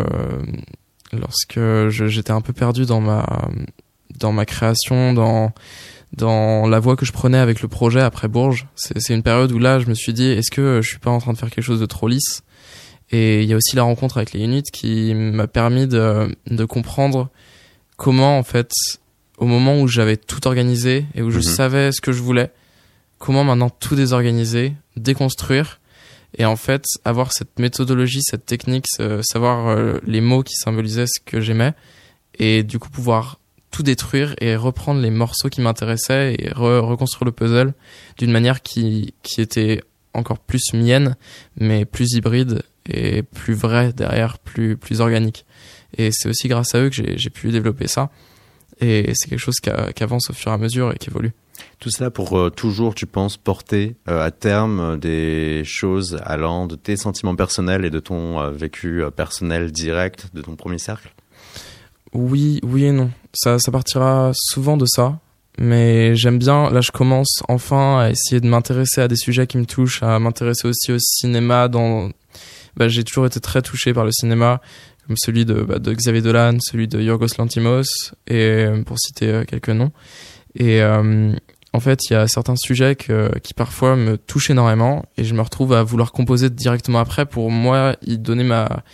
j'étais un peu perdu dans ma création, dans la voie que je prenais avec le projet après Bourges. C'est une période où là, je me suis dit, est-ce que je suis pas en train de faire quelque chose de trop lisse? Et il y a aussi la rencontre avec les Units qui m'a permis de comprendre comment, en fait, au moment où j'avais tout organisé et où je savais ce que je voulais, comment maintenant tout désorganiser, déconstruire, et en fait, avoir cette méthodologie, cette technique, savoir les mots qui symbolisaient ce que j'aimais, et du coup pouvoir tout détruire et reprendre les morceaux qui m'intéressaient et reconstruire le puzzle d'une manière qui était encore plus mienne, mais plus hybride et plus vraie derrière, plus organique. Et c'est aussi grâce à eux que j'ai pu développer ça. Et c'est quelque chose qui avance au fur et à mesure et qui évolue. Tout cela pour toujours, tu penses, porter à terme des choses allant de tes sentiments personnels et de ton vécu personnel direct de ton premier cercle? Oui et non. Ça partira souvent de ça, mais j'aime bien. Là, je commence enfin à essayer de m'intéresser à des sujets qui me touchent, à m'intéresser aussi au cinéma. J'ai toujours été très touché par le cinéma, comme celui de Xavier Dolan, celui de Yorgos Lanthimos, et pour citer quelques noms. Et en fait, il y a certains sujets qui parfois me touchent énormément, et je me retrouve à vouloir composer directement après pour moi y donner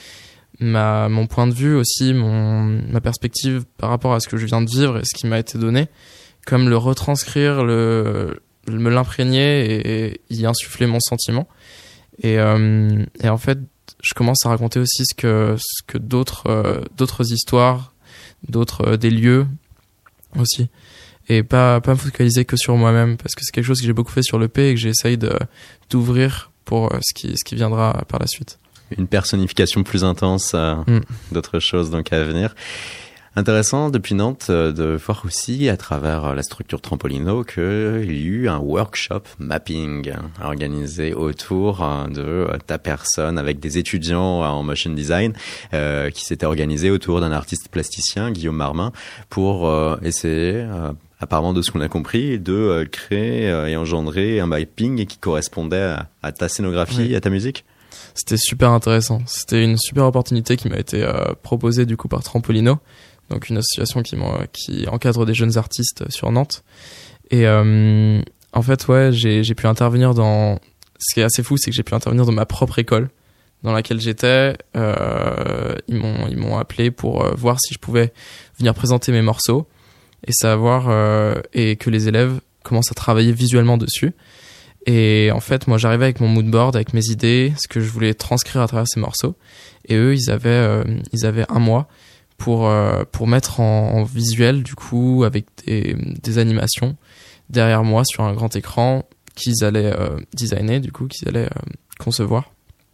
mon point de vue aussi, ma perspective par rapport à ce que je viens de vivre et ce qui m'a été donné, comme le retranscrire, me l'imprégner et y insuffler mon sentiment. Et en fait, je commence à raconter aussi ce que d'autres histoires, des lieux aussi, et pas me focaliser que sur moi-même, parce que c'est quelque chose que j'ai beaucoup fait sur l'EP et que j'essaye d'ouvrir pour ce qui viendra par la suite. Une personnification plus intense d'autres choses donc à venir. Intéressant depuis Nantes de voir aussi à travers la structure Trampolino qu'il y a eu un workshop mapping organisé autour de ta personne avec des étudiants en motion design qui s'étaient organisés autour d'un artiste plasticien, Guillaume Marmin, pour essayer, apparemment de ce qu'on a compris, de créer et engendrer un mapping qui correspondait à ta scénographie, à ta musique. C'était super intéressant. C'était une super opportunité qui m'a été proposée du coup par Trampolino. Donc une association qui encadre des jeunes artistes sur Nantes. Et en fait, ouais, j'ai pu intervenir dans... Ce qui est assez fou, c'est que j'ai pu intervenir dans ma propre école dans laquelle j'étais. Ils m'ont appelé pour voir si je pouvais venir présenter mes morceaux et savoir et que les élèves commencent à travailler visuellement dessus. Et en fait, moi, j'arrivais avec mon mood board, avec mes idées, ce que je voulais transcrire à travers ces morceaux. Et eux, ils avaient un mois pour mettre en visuel, du coup, avec des animations derrière moi sur un grand écran qu'ils allaient designer, du coup, qu'ils allaient concevoir,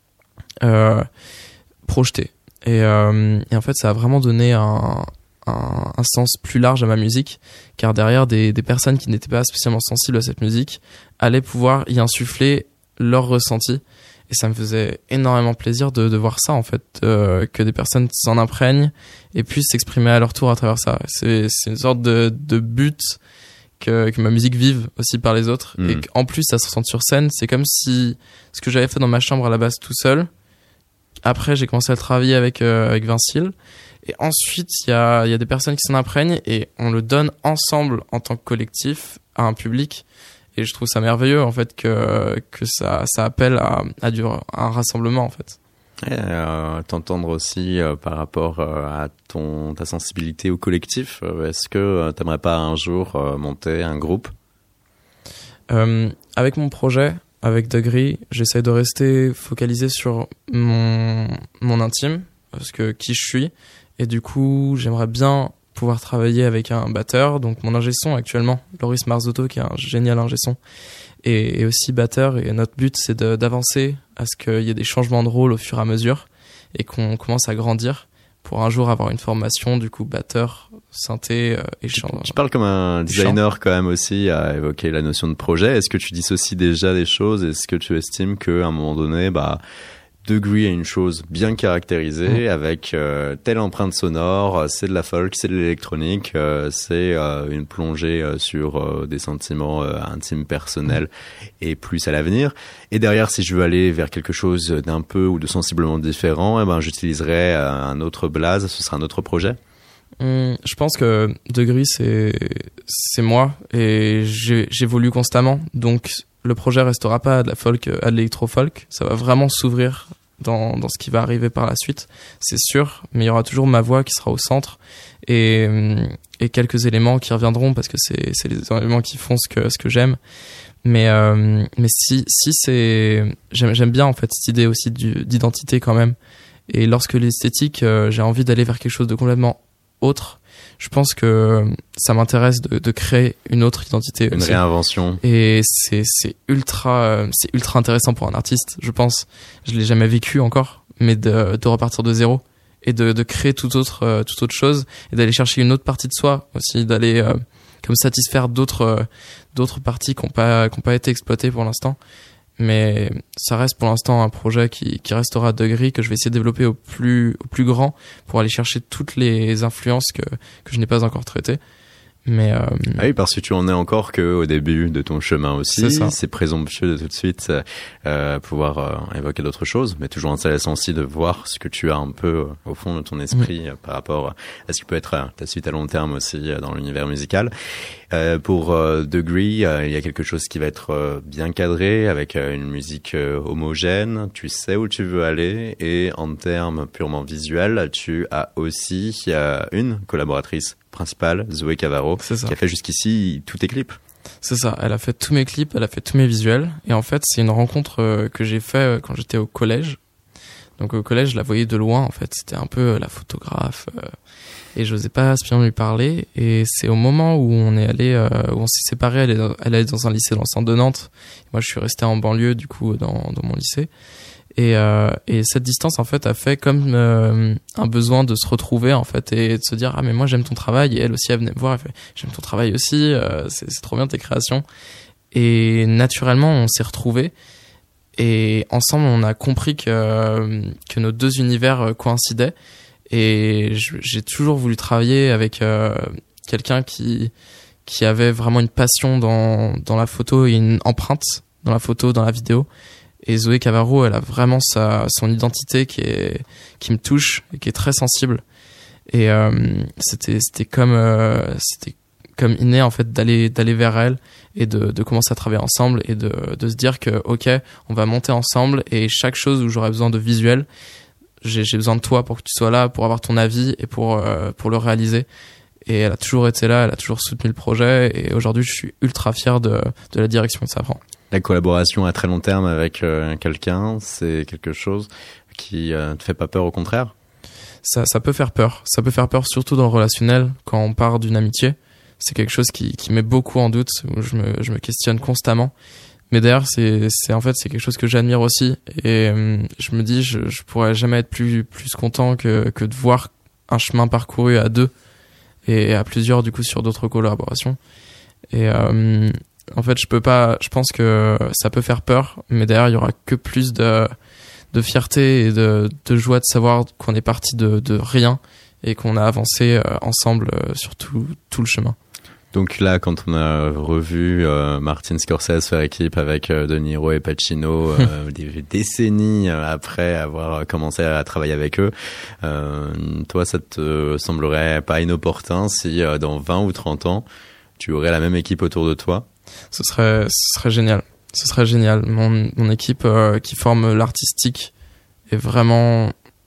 projeter. Et en fait, ça a vraiment donné un sens plus large à ma musique, car derrière des personnes qui n'étaient pas spécialement sensibles à cette musique allaient pouvoir y insuffler leur ressenti. Et ça me faisait énormément plaisir de voir ça, en fait, que des personnes s'en imprègnent et puissent s'exprimer à leur tour à travers ça. C'est une sorte de but que ma musique vive aussi par les autres. Et qu'en plus, ça se ressent sur scène. C'est comme si ce que j'avais fait dans ma chambre à la base tout seul, après, j'ai commencé à travailler avec Vincile. Et ensuite, il y a des personnes qui s'en imprègnent et on le donne ensemble en tant que collectif à un public. Et je trouve ça merveilleux, en fait, que ça appelle à un rassemblement, en fait. Et t'entendre aussi par rapport à ta sensibilité au collectif. Est-ce que t'aimerais pas un jour monter un groupe? Avec mon projet, avec Degree, j'essaie de rester focalisé sur mon intime, parce que qui je suis. Et du coup, j'aimerais bien pouvoir travailler avec un batteur, donc mon ingé son actuellement, Loris Marzotto, qui est un génial ingé son, et aussi batteur. Et notre but, c'est d'avancer à ce qu'il y ait des changements de rôle au fur et à mesure et qu'on commence à grandir pour un jour avoir une formation, du coup, batteur, synthé et chant. Tu parles comme un designer quand même aussi à évoquer la notion de projet. Est-ce que tu dissocies déjà des choses? Est-ce que tu estimes qu'à un moment donné, Degree est une chose bien caractérisée avec telle empreinte sonore, c'est de la folk, c'est de l'électronique, c'est une plongée sur des sentiments intimes, personnels et plus à l'avenir. Et derrière, si je veux aller vers quelque chose d'un peu ou de sensiblement différent, j'utiliserai un autre blaze, ce sera un autre projet. Je pense que Degree, c'est moi et j'évolue constamment. Donc le projet restera pas à de la folk, à de l'électro-folk. Ça va vraiment s'ouvrir dans ce qui va arriver par la suite, c'est sûr. Mais il y aura toujours ma voix qui sera au centre et quelques éléments qui reviendront parce que c'est les éléments qui font ce que j'aime. Mais si j'aime bien en fait cette idée aussi d'identité quand même. Et lorsque l'esthétique, j'ai envie d'aller vers quelque chose de complètement autre, je pense que ça m'intéresse de créer une autre identité aussi. Une réinvention. Et c'est ultra intéressant pour un artiste, je pense. Je l'ai jamais vécu encore, mais de repartir de zéro et de créer toute autre chose et d'aller chercher une autre partie de soi aussi, d'aller comme satisfaire d'autres parties qui ont pas été exploitées pour l'instant. Mais ça reste pour l'instant un projet qui restera à Degree, que je vais essayer de développer au plus grand pour aller chercher toutes les influences que je n'ai pas encore traitées. Mais oui, parce que tu en es encore qu'au début de ton chemin aussi. C'est présomptueux de tout de suite pouvoir évoquer d'autres choses, mais toujours intéressant aussi de voir ce que tu as un peu au fond de ton esprit par rapport à ce qui peut être ta suite à long terme aussi dans l'univers musical. Pour Degree, il y a quelque chose qui va être bien cadré avec une musique homogène. Tu sais où tu veux aller et en termes purement visuels, tu as aussi une collaboratrice principale, Zoé Cavaro, qui a fait jusqu'ici tous tes clips. C'est ça, elle a fait tous mes clips, elle a fait tous mes visuels. Et en fait, c'est une rencontre que j'ai fait quand j'étais au collège. Donc au collège, je la voyais de loin, en fait. C'était un peu la photographe. Et j'osais pas spécialement lui parler. Et c'est au moment où on est allé, où on s'est séparés, elle allait dans un lycée dans le centre de Nantes. Moi, je suis resté en banlieue, du coup, dans mon lycée. Et cette distance en fait a fait comme un besoin de se retrouver en fait et de se dire mais moi j'aime ton travail, et elle aussi elle venait me voir, elle fait j'aime ton travail aussi, c'est trop bien tes créations. Et naturellement on s'est retrouvés et ensemble on a compris que nos deux univers coïncidaient, et j'ai toujours voulu travailler avec quelqu'un qui avait vraiment une passion dans la photo et une empreinte dans la photo, dans la vidéo. Et Zoé Cavaro, elle a vraiment son identité qui me touche et qui est très sensible. Et c'était comme inné en fait d'aller vers elle et de commencer à travailler ensemble et de se dire que ok, on va monter ensemble, et chaque chose où j'aurais besoin de visuel, j'ai besoin de toi pour que tu sois là, pour avoir ton avis et pour le réaliser. Et elle a toujours été là, elle a toujours soutenu le projet, et aujourd'hui je suis ultra fier de la direction que ça prend. La collaboration à très long terme avec quelqu'un, c'est quelque chose qui te fait pas peur, au contraire? Ça peut faire peur. Ça peut faire peur surtout dans le relationnel, quand on part d'une amitié. C'est quelque chose qui met beaucoup en doute, où je me questionne constamment. Mais d'ailleurs, c'est quelque chose que j'admire aussi. Et je me dis, je pourrais jamais être plus content que de voir un chemin parcouru à deux et à plusieurs, du coup, sur d'autres collaborations. Et en fait, je pense que ça peut faire peur, mais derrière, il y aura que plus de fierté et de joie de savoir qu'on est parti de rien et qu'on a avancé ensemble sur tout le chemin. Donc là, quand on a revu Martin Scorsese faire équipe avec De Niro et Pacino des décennies après avoir commencé à travailler avec eux, toi, ça te semblerait pas inopportun si dans 20 ou 30 ans, tu aurais la même équipe autour de toi? Ce serait génial. Ce serait génial. Mon équipe qui forme l'artistique est vraiment...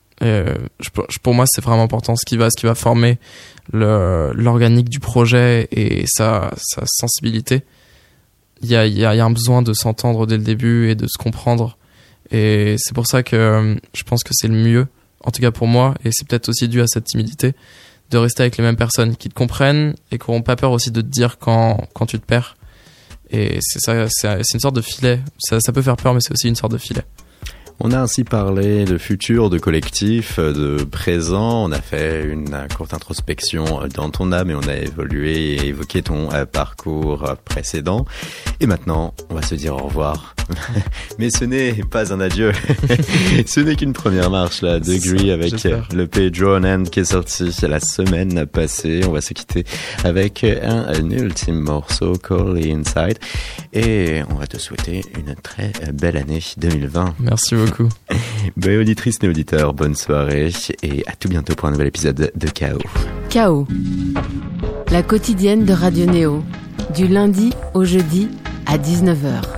pour moi, c'est vraiment important. Ce qui va former l'organique du projet et sa sensibilité. Il y a un besoin de s'entendre dès le début et de se comprendre. Et c'est pour ça que je pense que c'est le mieux, en tout cas pour moi, et c'est peut-être aussi dû à cette timidité, de rester avec les mêmes personnes qui te comprennent et qui n'auront pas peur aussi de te dire quand tu te perds. Et c'est ça, c'est une sorte de filet. Ça peut faire peur, mais c'est aussi une sorte de filet. On a ainsi parlé de futur, de collectif, de présent. On a fait une courte introspection dans ton âme et on a évolué et évoqué ton parcours précédent. Et maintenant, on va se dire au revoir. Mais ce n'est pas un adieu. Ce n'est qu'une première marche, là, Degree, avec le P Drawn End qui est sorti la semaine passée. On va se quitter avec un ultime morceau, Call Inside. Et on va te souhaiter une très belle année 2020. Merci beaucoup. Bonne auditrice et auditeurs, bonne soirée et à tout bientôt pour un nouvel épisode de KO. KO, la quotidienne de Radio Néo, du lundi au jeudi à 19h.